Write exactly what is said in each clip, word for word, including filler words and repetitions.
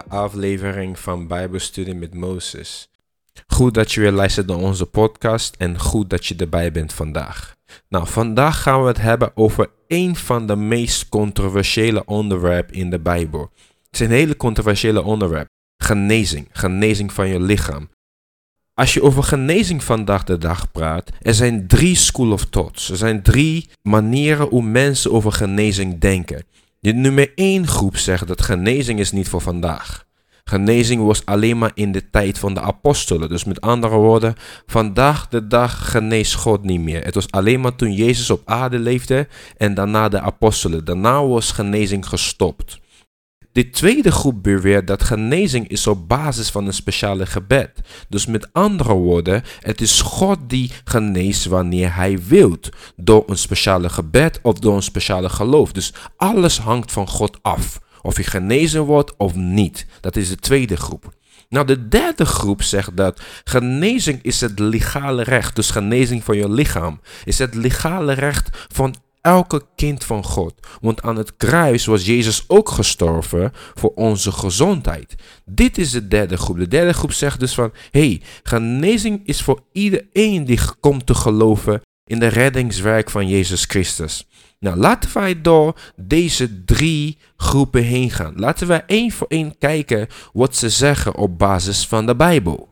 aflevering van Bijbelstudie met Mozes. Goed dat je weer luistert naar onze podcast en goed dat je erbij bent vandaag. Nou, vandaag gaan we het hebben over een van de meest controversiële onderwerpen in de Bijbel. Het is een hele controversiële onderwerp. Genezing, genezing van je lichaam. Als je over genezing vandaag de dag praat, er zijn drie school of thoughts. Er zijn drie manieren hoe mensen over genezing denken. De nummer één groep zegt dat genezing is niet voor vandaag. Genezing was alleen maar in de tijd van de apostelen. Dus met andere woorden, vandaag de dag geneest God niet meer. Het was alleen maar toen Jezus op aarde leefde en daarna de apostelen. Daarna was genezing gestopt. De tweede groep beweert dat genezing is op basis van een speciale gebed. Dus met andere woorden, het is God die geneest wanneer hij wilt. Door een speciale gebed of door een speciale geloof. Dus alles hangt van God af. Of je genezen wordt of niet. Dat is de tweede groep. Nou, de derde groep zegt dat genezing is het legale recht. Dus genezing van je lichaam is het legale recht van elke kind van God. Want aan het kruis was Jezus ook gestorven voor onze gezondheid. Dit is de derde groep. De derde groep zegt dus van, hey, genezing is voor iedereen die komt te geloven in de reddingswerk van Jezus Christus. Nou, laten wij door deze drie groepen heen gaan. Laten wij één voor één kijken wat ze zeggen op basis van de Bijbel.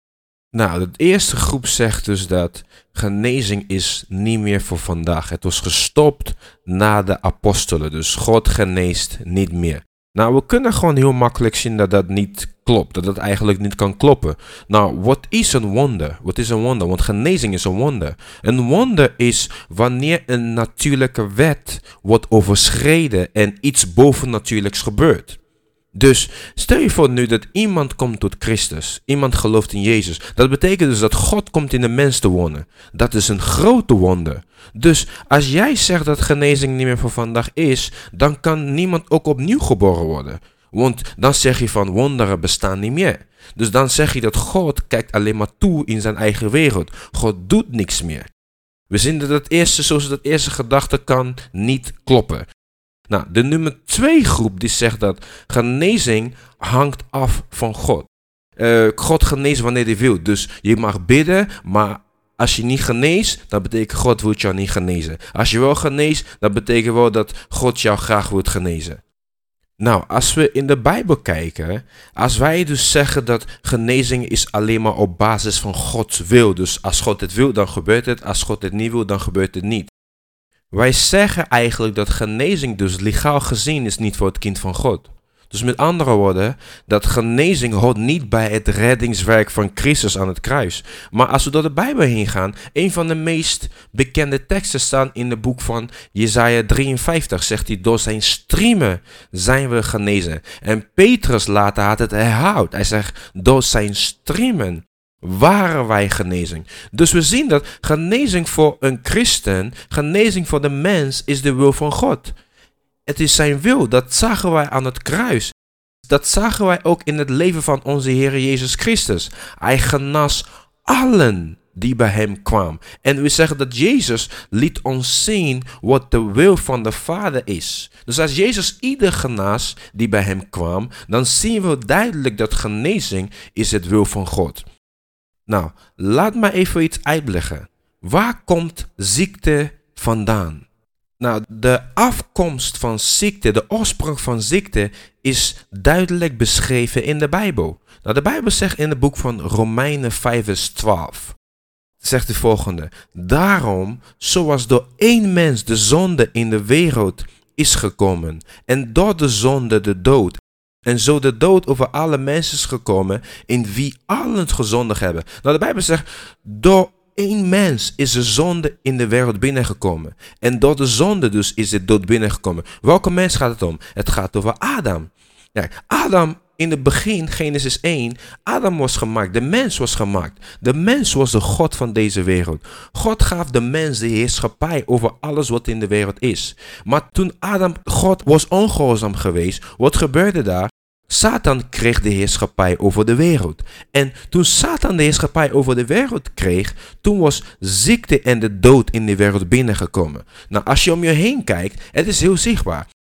Nou, de eerste groep zegt dus dat genezing is niet meer voor vandaag. Het was gestopt na de apostelen. Dus God geneest niet meer. Nou, we kunnen gewoon heel makkelijk zien dat dat niet klopt. Dat dat eigenlijk niet kan kloppen. Nou, wat is een wonder? Wat is een wonder? Want genezing is een wonder. Een wonder is wanneer een natuurlijke wet wordt overschreden en iets bovennatuurlijks gebeurt. Dus stel je voor nu dat iemand komt tot Christus. Iemand gelooft in Jezus. Dat betekent dus dat God komt in de mens te wonen. Dat is een grote wonder. Dus als jij zegt dat genezing niet meer voor vandaag is, dan kan niemand ook opnieuw geboren worden. Want dan zeg je van wonderen bestaan niet meer. Dus dan zeg je dat God kijkt alleen maar toe in zijn eigen wereld. God doet niks meer. We zien dat het eerste, zoals dat eerste gedachte kan niet kloppen. Nou, de nummer twee groep die zegt dat genezing hangt af van God. Uh, God geneest wanneer hij wil. Dus je mag bidden, maar als je niet geneest, dan betekent God wil jou niet genezen. Als je wel geneest, dan betekent wel dat God jou graag wil genezen. Nou, als we in de Bijbel kijken, als wij dus zeggen dat genezing is alleen maar op basis van Gods wil. Dus als God het wil, dan gebeurt het. Als God het niet wil, dan gebeurt het niet. Wij zeggen eigenlijk dat genezing dus legaal gezien is niet voor het kind van God. Dus met andere woorden, dat genezing hoort niet bij het reddingswerk van Christus aan het kruis. Maar als we door de Bijbel heen gaan, een van de meest bekende teksten staan in het boek van Jesaja drieënvijftig. Zegt hij, door zijn striemen zijn we genezen. En Petrus later had het herhaald. Hij zegt, door zijn striemen waren wij genezing. Dus we zien dat genezing voor een christen, genezing voor de mens is de wil van God. Het is zijn wil, dat zagen wij aan het kruis. Dat zagen wij ook in het leven van onze Heer Jezus Christus. Hij genas allen die bij hem kwamen. En we zeggen dat Jezus liet ons zien wat de wil van de Vader is. Dus als Jezus ieder genas die bij hem kwam, dan zien we duidelijk dat genezing is het wil van God. Nou, laat me even iets uitleggen. Waar komt ziekte vandaan? Nou, de afkomst van ziekte, de oorsprong van ziekte is duidelijk beschreven in de Bijbel. Nou, de Bijbel zegt in het boek van Romeinen vijf vers twaalf. Zegt de volgende. Daarom, zoals door één mens de zonde in de wereld is gekomen en door de zonde de dood. En zo de dood over alle mensen is gekomen in wie allen gezondigd hebben. Nou, de Bijbel zegt, door één mens is de zonde in de wereld binnengekomen. En door de zonde dus is de dood binnengekomen. Welke mens gaat het om? Het gaat over Adam. Ja, Adam in het begin, Genesis één, Adam was gemaakt, de mens was gemaakt. De mens was de God van deze wereld. God gaf de mens de heerschappij over alles wat in de wereld is. Maar toen Adam, God was ongehoorzaam geweest, wat gebeurde daar? Satan kreeg de heerschappij over de wereld. En toen Satan de heerschappij over de wereld kreeg, toen was ziekte en de dood in de wereld binnengekomen. Nou, als je om je heen kijkt, het is heel zichtbaar.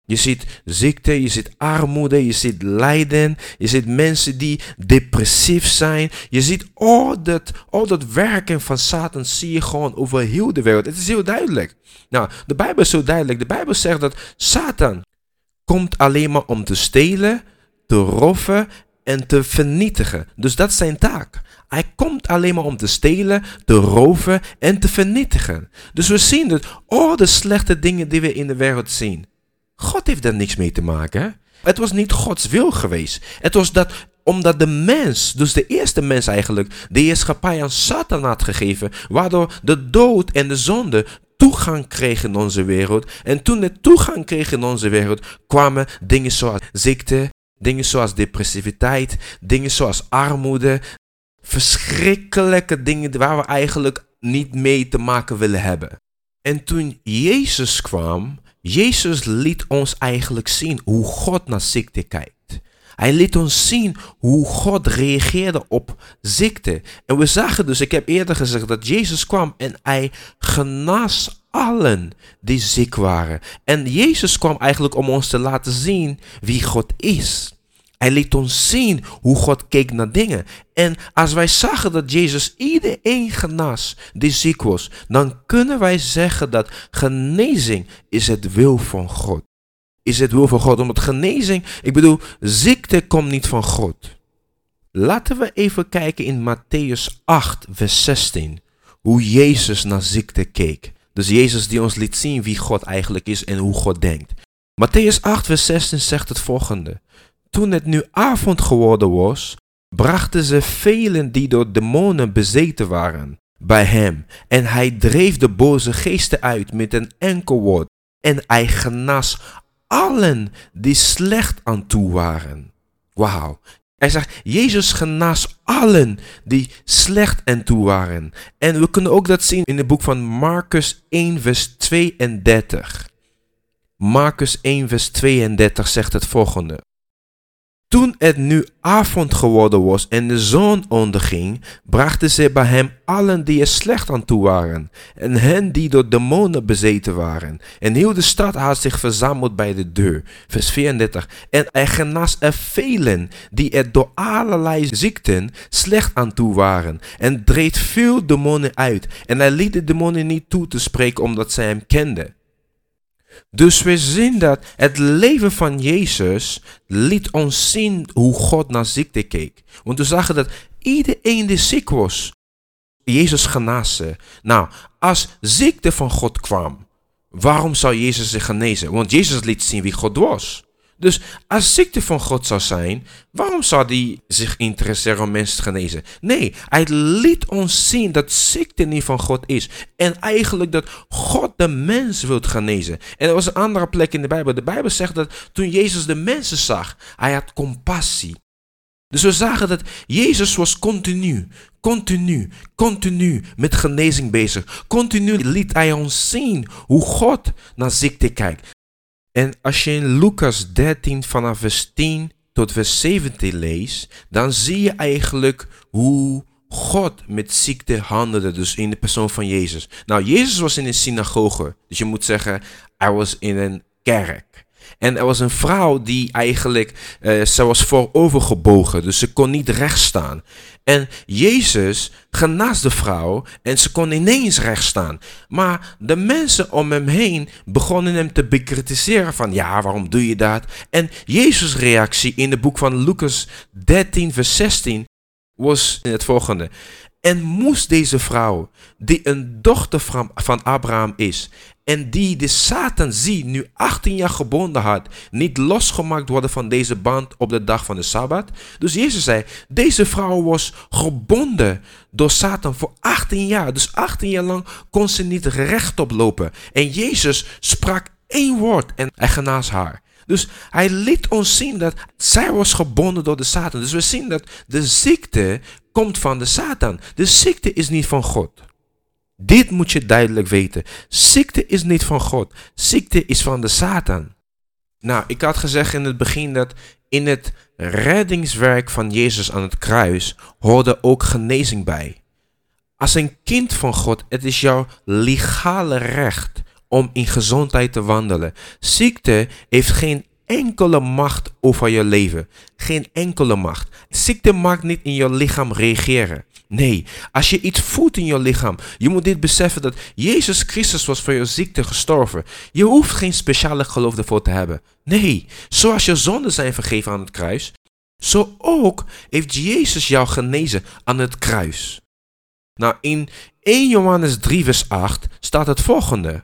Je ziet ziekte, je ziet armoede, je ziet lijden, je ziet mensen die depressief zijn. Je ziet al dat, al dat werken van Satan zie je gewoon over heel de wereld. Het is heel duidelijk. Nou, de Bijbel is zo duidelijk. De Bijbel zegt dat Satan komt alleen maar om te stelen, te roven en te vernietigen. Dus dat is zijn taak. Hij komt alleen maar om te stelen, te roven en te vernietigen. Dus we zien dat al de slechte dingen die we in de wereld zien, God heeft daar niks mee te maken. Hè? Het was niet Gods wil geweest. Het was dat omdat de mens, dus de eerste mens eigenlijk, de heerschappij aan Satan had gegeven, waardoor de dood en de zonde toegang kregen in onze wereld. En toen het toegang kreeg in onze wereld, kwamen dingen zoals ziekte, dingen zoals depressiviteit, dingen zoals armoede, verschrikkelijke dingen waar we eigenlijk niet mee te maken willen hebben. En toen Jezus kwam, Jezus liet ons eigenlijk zien hoe God naar ziekte kijkt. Hij liet ons zien hoe God reageerde op ziekte. En we zagen dus, ik heb eerder gezegd, dat Jezus kwam en hij genas allen die ziek waren. En Jezus kwam eigenlijk om ons te laten zien wie God is. Hij liet ons zien hoe God keek naar dingen. En als wij zagen dat Jezus iedereen genas die ziek was, dan kunnen wij zeggen dat genezing is het wil van God. Is het wil van God, omdat genezing, ik bedoel, ziekte komt niet van God. Laten we even kijken in Matthäus acht, vers zestien, hoe Jezus naar ziekte keek. Dus Jezus die ons liet zien wie God eigenlijk is en hoe God denkt. Matthäus acht, vers zestien zegt het volgende. Toen het nu avond geworden was, brachten ze velen die door demonen bezeten waren bij hem. En hij dreef de boze geesten uit met een enkel woord. En hij genas allen die slecht aan toe waren. Wauw. Hij zegt, Jezus genas allen die slecht aan toe waren. En we kunnen ook dat zien in het boek van Marcus één, vers tweeëndertig. Marcus één, vers tweeëndertig zegt het volgende. Toen het nu avond geworden was en de zon onderging, brachten ze bij hem allen die er slecht aan toe waren, en hen die door demonen bezeten waren. En heel de stad had zich verzameld bij de deur. Vers vierendertig. En hij genas er velen die er door allerlei ziekten slecht aan toe waren, en dreef veel demonen uit. En hij liet de demonen niet toe te spreken, omdat zij hem kenden. Dus we zien dat het leven van Jezus liet ons zien hoe God naar ziekte keek. Want we zagen dat iedereen die ziek was, Jezus genas ze. Nou, als ziekte van God kwam, waarom zou Jezus zich genezen? Want Jezus liet zien wie God was. Dus als ziekte van God zou zijn, waarom zou hij zich interesseren om mensen te genezen? Nee, hij liet ons zien dat ziekte niet van God is. En eigenlijk dat God de mens wil genezen. En er was een andere plek in de Bijbel. De Bijbel zegt dat toen Jezus de mensen zag, hij had compassie. Dus we zagen dat Jezus was continu, continu, continu met genezing bezig. Continu liet hij ons zien hoe God naar ziekte kijkt. En als je in Lucas dertien vanaf vers tien tot vers zeventien leest, dan zie je eigenlijk hoe God met ziekte handelde, dus in de persoon van Jezus. Nou, Jezus was in een synagoge, dus je moet zeggen, hij was in een kerk. En er was een vrouw die eigenlijk, uh, ze was voorovergebogen, dus ze kon niet recht staan. En Jezus genas de vrouw en ze kon ineens recht staan. Maar de mensen om hem heen begonnen hem te bekritiseren van, ja, waarom doe je dat? En Jezus' reactie in het boek van Lucas dertien vers zestien was het volgende. En moest deze vrouw, die een dochter van, van Abraham is, en die de Satan zie nu achttien jaar gebonden had, niet losgemaakt worden van deze band op de dag van de Sabbat? Dus Jezus zei, deze vrouw was gebonden door Satan voor achttien jaar. Dus achttien jaar lang kon ze niet rechtop lopen. En Jezus sprak één woord en hij genas haar. Dus hij liet ons zien dat zij was gebonden door de Satan. Dus we zien dat de ziekte komt van de Satan. De ziekte is niet van God. Dit moet je duidelijk weten. Ziekte is niet van God. Ziekte is van de Satan. Nou, ik had gezegd in het begin dat in het reddingswerk van Jezus aan het kruis hoorde ook genezing bij. Als een kind van God, het is jouw legale recht om in gezondheid te wandelen. Ziekte heeft geen enkele macht over je leven. Geen enkele macht. Ziekte mag niet in je lichaam reageren. Nee, als je iets voelt in je lichaam, je moet dit beseffen dat Jezus Christus was voor je ziekte gestorven. Je hoeft geen speciale geloof ervoor te hebben. Nee, zoals je zonden zijn vergeven aan het kruis, zo ook heeft Jezus jou genezen aan het kruis. Nou, in eerste Johannes drie vers acht staat het volgende.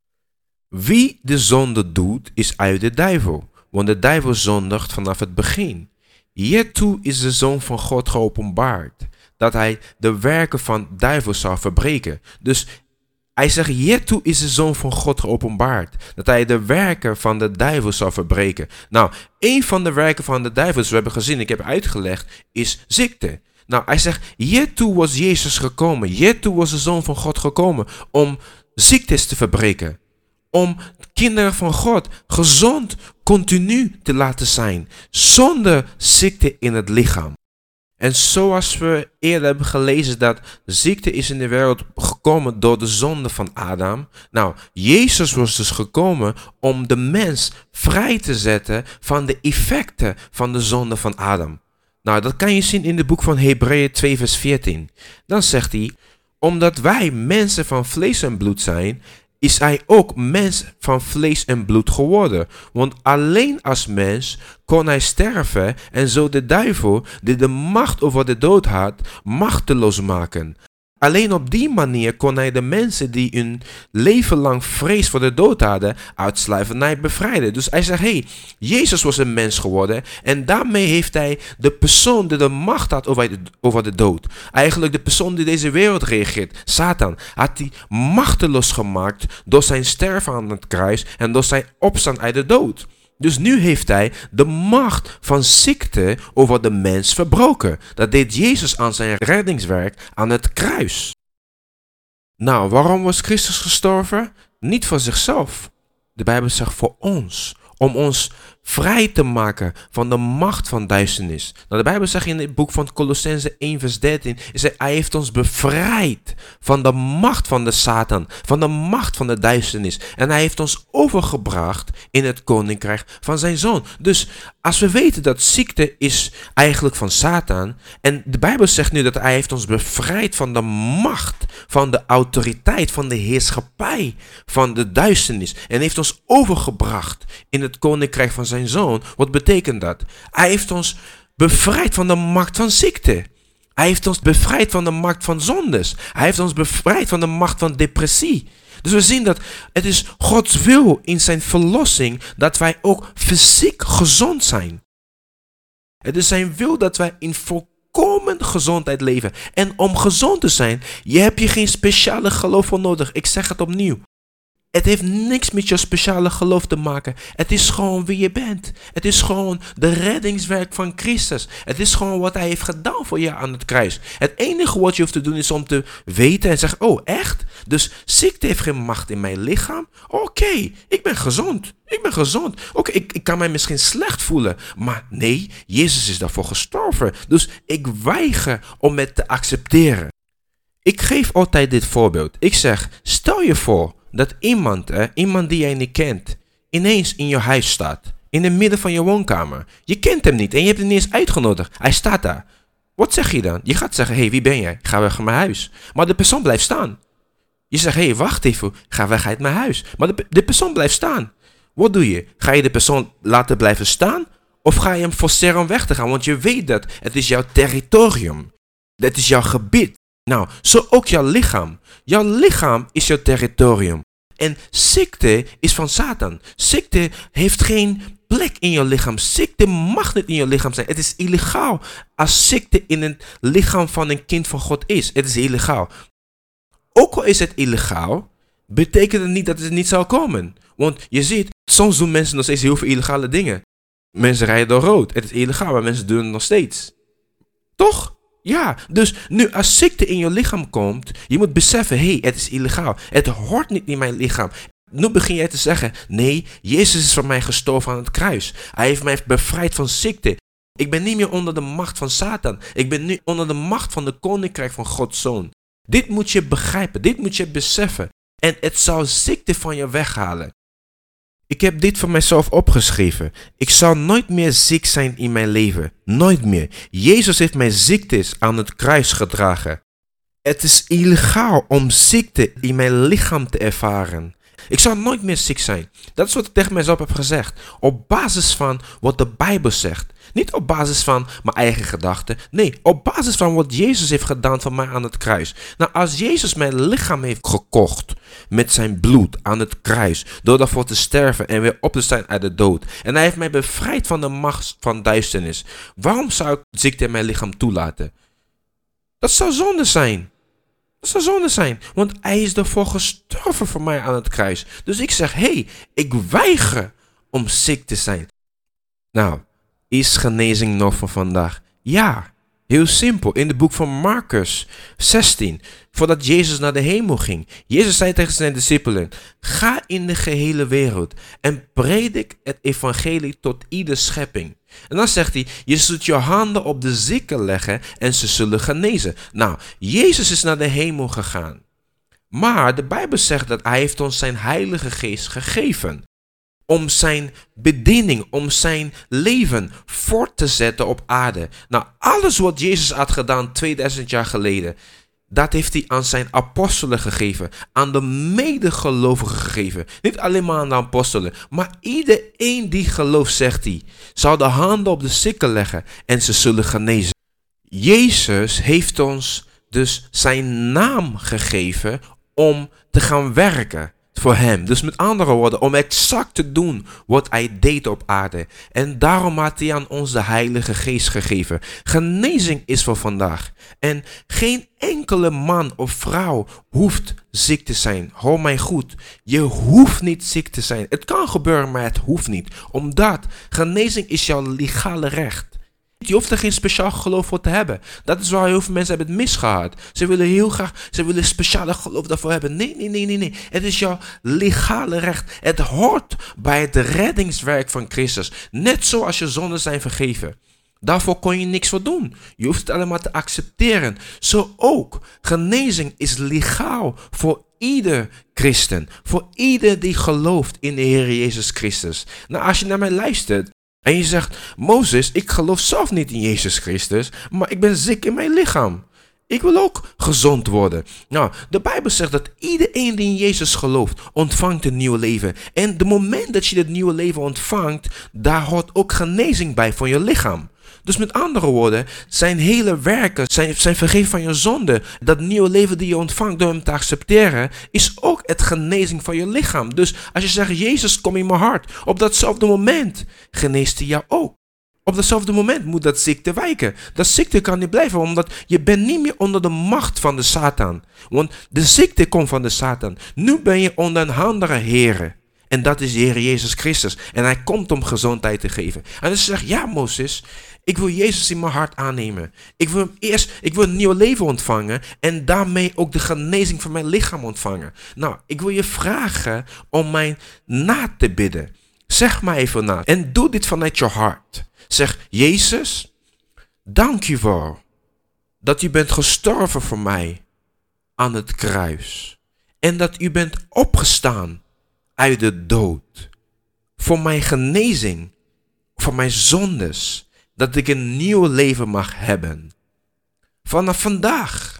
Wie de zonde doet, is uit de duivel, want de duivel zondigt vanaf het begin. Hiertoe is de Zoon van God geopenbaard, dat hij de werken van duivel zou verbreken. Dus hij zegt, hiertoe is de Zoon van God geopenbaard, dat hij de werken van de duivel zou verbreken. Nou, een van de werken van de duivel, zoals we hebben gezien, ik heb uitgelegd, is ziekte. Nou, hij zegt, hiertoe was Jezus gekomen, hiertoe was de Zoon van God gekomen, om ziektes te verbreken. Om kinderen van God gezond continu te laten zijn, zonder ziekte in het lichaam. En zoals we eerder hebben gelezen dat ziekte is in de wereld gekomen door de zonde van Adam. Nou, Jezus was dus gekomen om de mens vrij te zetten van de effecten van de zonde van Adam. Nou, dat kan je zien in het boek van Hebreeën twee vers veertien. Dan zegt hij, omdat wij mensen van vlees en bloed zijn, is hij ook mens van vlees en bloed geworden. Want alleen als mens kon hij sterven en zo de duivel, die de macht over de dood had, machteloos maken. Alleen op die manier kon hij de mensen die hun leven lang vrees voor de dood hadden, uit slavernij bevrijden. Dus hij zegt, hé, hey, Jezus was een mens geworden en daarmee heeft hij de persoon die de macht had over de, over de dood. Eigenlijk de persoon die deze wereld regeert, Satan, had hij machteloos gemaakt door zijn sterven aan het kruis en door zijn opstaan uit de dood. Dus nu heeft hij de macht van ziekte over de mens verbroken. Dat deed Jezus aan zijn reddingswerk aan het kruis. Nou, waarom was Christus gestorven? Niet voor zichzelf. De Bijbel zegt voor ons. Om ons vrij te maken van de macht van duisternis. Nou, de Bijbel zegt in het boek van Colossenzen één vers dertien. Is hij, hij heeft ons bevrijd van de macht van de Satan. Van de macht van de duisternis. En hij heeft ons overgebracht in het koninkrijk van zijn zoon. Dus als we weten dat ziekte is eigenlijk van Satan. En de Bijbel zegt nu dat hij heeft ons bevrijd van de macht. Van de autoriteit. Van de heerschappij. Van de duisternis. En heeft ons overgebracht in het koninkrijk van zijn zoon. Wat betekent dat? Hij heeft ons bevrijd van de macht van ziekte. Hij heeft ons bevrijd van de macht van zondes. Hij heeft ons bevrijd van de macht van depressie. Dus we zien dat het is Gods wil in zijn verlossing dat wij ook fysiek gezond zijn. Het is zijn wil dat wij in volkomen gezondheid leven. En om gezond te zijn, je hebt je geen speciale geloof voor nodig. Ik zeg het opnieuw. Het heeft niks met je speciale geloof te maken. Het is gewoon wie je bent. Het is gewoon de reddingswerk van Christus. Het is gewoon wat hij heeft gedaan voor je aan het kruis. Het enige wat je hoeft te doen is om te weten en zeggen, oh echt? Dus ziekte heeft geen macht in mijn lichaam? Oké, okay, ik ben gezond. Ik ben gezond. Oké, okay, ik, ik kan mij misschien slecht voelen. Maar nee, Jezus is daarvoor gestorven. Dus ik weiger om het te accepteren. Ik geef altijd dit voorbeeld. Ik zeg, stel je voor dat iemand, hè, iemand die jij niet kent, ineens in je huis staat. In het midden van je woonkamer. Je kent hem niet en je hebt hem niet eens uitgenodigd. Hij staat daar. Wat zeg je dan? Je gaat zeggen, hé, hey, wie ben jij? Ga weg van mijn huis. Maar de persoon blijft staan. Je zegt, hé, hey, wacht even. Ga weg uit mijn huis. Maar de, de persoon blijft staan. Wat doe je? Ga je de persoon laten blijven staan? Of ga je hem forceren om weg te gaan? Want je weet dat het is jouw territorium. Het is jouw gebied. Nou, zo ook jouw lichaam. Jouw lichaam is jouw territorium. En ziekte is van Satan. Ziekte heeft geen plek in je lichaam. Ziekte mag niet in je lichaam zijn. Het is illegaal als ziekte in het lichaam van een kind van God is. Het is illegaal. Ook al is het illegaal, betekent het niet dat het niet zal komen. Want je ziet, soms doen mensen nog steeds heel veel illegale dingen. Mensen rijden door rood. Het is illegaal, maar mensen doen het nog steeds. Toch? Ja, dus nu als ziekte in je lichaam komt, je moet beseffen, hé, hey, het is illegaal. Het hoort niet in mijn lichaam. Nu begin jij te zeggen, nee, Jezus is voor mij gestorven aan het kruis. Hij heeft mij bevrijd van ziekte. Ik ben niet meer onder de macht van Satan. Ik ben nu onder de macht van de koninkrijk van Gods Zoon. Dit moet je begrijpen, dit moet je beseffen. En het zou ziekte van je weghalen. Ik heb dit voor mezelf opgeschreven. Ik zal nooit meer ziek zijn in mijn leven. Nooit meer. Jezus heeft mijn ziektes aan het kruis gedragen. Het is illegaal om ziekte in mijn lichaam te ervaren. Ik zal nooit meer ziek zijn. Dat is wat ik tegen mezelf heb gezegd. Op basis van wat de Bijbel zegt. Niet op basis van mijn eigen gedachten. Nee, op basis van wat Jezus heeft gedaan voor mij aan het kruis. Nou, als Jezus mijn lichaam heeft gekocht met zijn bloed aan het kruis, door daarvoor te sterven en weer op te staan uit de dood, en hij heeft mij bevrijd van de macht van duisternis, waarom zou ik ziekte in mijn lichaam toelaten? Dat zou zonde zijn. Dat zou zonde zijn, want hij is ervoor gestorven voor mij aan het kruis. Dus ik zeg, hé, hey, ik weiger om ziek te zijn. Nou, is genezing nog van vandaag? Ja, heel simpel. In het boek van Marcus zestien, voordat Jezus naar de hemel ging. Jezus zei tegen zijn discipelen, ga in de gehele wereld en predik het evangelie tot ieder schepping. En dan zegt hij, je zult je handen op de zieken leggen en ze zullen genezen. Nou, Jezus is naar de hemel gegaan. Maar de Bijbel zegt dat hij heeft ons zijn heilige geest gegeven. Om zijn bediening, om zijn leven voort te zetten op aarde. Nou, alles wat Jezus had gedaan tweeduizend jaar geleden, dat heeft hij aan zijn apostelen gegeven. Aan de medegelovigen gegeven. Niet alleen maar aan de apostelen. Maar iedereen die gelooft, zegt hij, zal de handen op de zieken leggen en ze zullen genezen. Jezus heeft ons dus zijn naam gegeven om te gaan werken voor hem. Dus met andere woorden, om exact te doen wat hij deed op aarde. En daarom had hij aan ons de Heilige Geest gegeven. Genezing is voor vandaag. En geen enkele man of vrouw hoeft ziek te zijn. Hoor mij goed. Je hoeft niet ziek te zijn. Het kan gebeuren, maar het hoeft niet. Omdat genezing is jouw legale recht. Je hoeft er geen speciaal geloof voor te hebben. Dat is waar heel veel mensen hebben het misgehad. Ze willen heel graag, ze willen speciale geloof daarvoor hebben. Nee, nee, nee, nee, nee. Het is jouw legale recht. Het hoort bij het reddingswerk van Christus. Net zoals je zonden zijn vergeven. Daarvoor kon je niks voor doen. Je hoeft het alleen maar te accepteren. Zo ook. Genezing is legaal voor ieder christen. Voor ieder die gelooft in de Heer Jezus Christus. Nou, als je naar mij luistert en je zegt, Moses, ik geloof zelf niet in Jezus Christus, maar ik ben ziek in mijn lichaam. Ik wil ook gezond worden. Nou, de Bijbel zegt dat iedereen die in Jezus gelooft, ontvangt een nieuw leven. En het moment dat je dit nieuwe leven ontvangt, daar hoort ook genezing bij van je lichaam. Dus met andere woorden, zijn hele werken, zijn, zijn vergeven van je zonde, dat nieuwe leven die je ontvangt door hem te accepteren, is ook het genezing van je lichaam. Dus als je zegt, Jezus, kom in mijn hart, op datzelfde moment geneest hij jou ook. Op datzelfde moment moet dat ziekte wijken. Dat ziekte kan niet blijven, omdat je bent niet meer onder de macht van de Satan. Want de ziekte komt van de Satan. Nu ben je onder een andere Heer. En dat is de Heer Jezus Christus. En hij komt om gezondheid te geven. En dus zeg, ja Moses, ik wil Jezus in mijn hart aannemen. Ik wil hem eerst, ik wil een nieuw leven ontvangen. En daarmee ook de genezing van mijn lichaam ontvangen. Nou, ik wil je vragen om mij na te bidden. Zeg maar even na. En doe dit vanuit je hart. Zeg, Jezus, dank je wel dat u bent gestorven voor mij aan het kruis. En dat u bent opgestaan uit de dood. Voor mijn genezing, voor mijn zondes, dat ik een nieuw leven mag hebben. Vanaf vandaag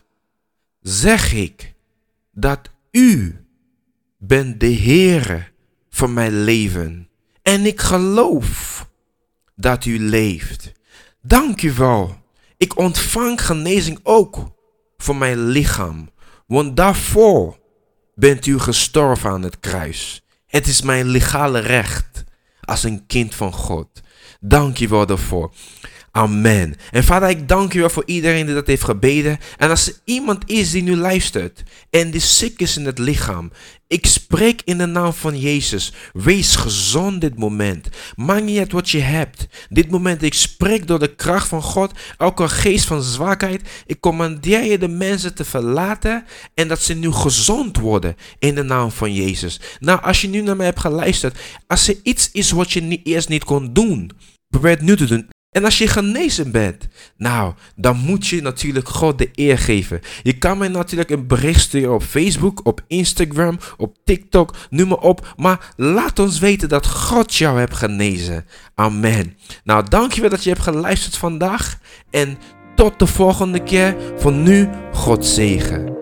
zeg ik dat u bent de Heere van mijn leven. En ik geloof dat u leeft. Dank u wel. Ik ontvang genezing ook voor mijn lichaam. Want daarvoor bent u gestorven aan het kruis. Het is mijn legale recht als een kind van God. Dank u wel daarvoor. Amen. En vader, ik dank u wel voor iedereen die dat heeft gebeden. En als er iemand is die nu luistert en die ziek is in het lichaam, ik spreek in de naam van Jezus. Wees gezond dit moment. Maakt niet uit wat je hebt. Dit moment, ik spreek door de kracht van God. Elke geest van zwakheid. Ik commandeer je de mensen te verlaten. En dat ze nu gezond worden in de naam van Jezus. Nou, als je nu naar mij hebt geluisterd. Als er iets is wat je niet, eerst niet kon doen, probeer het nu te doen. En als je genezen bent, nou, dan moet je natuurlijk God de eer geven. Je kan mij natuurlijk een bericht sturen op Facebook, op Instagram, op TikTok, noem maar op. Maar laat ons weten dat God jou hebt genezen. Amen. Nou, dankjewel dat je hebt geluisterd vandaag. En tot de volgende keer. Voor nu, God zegen.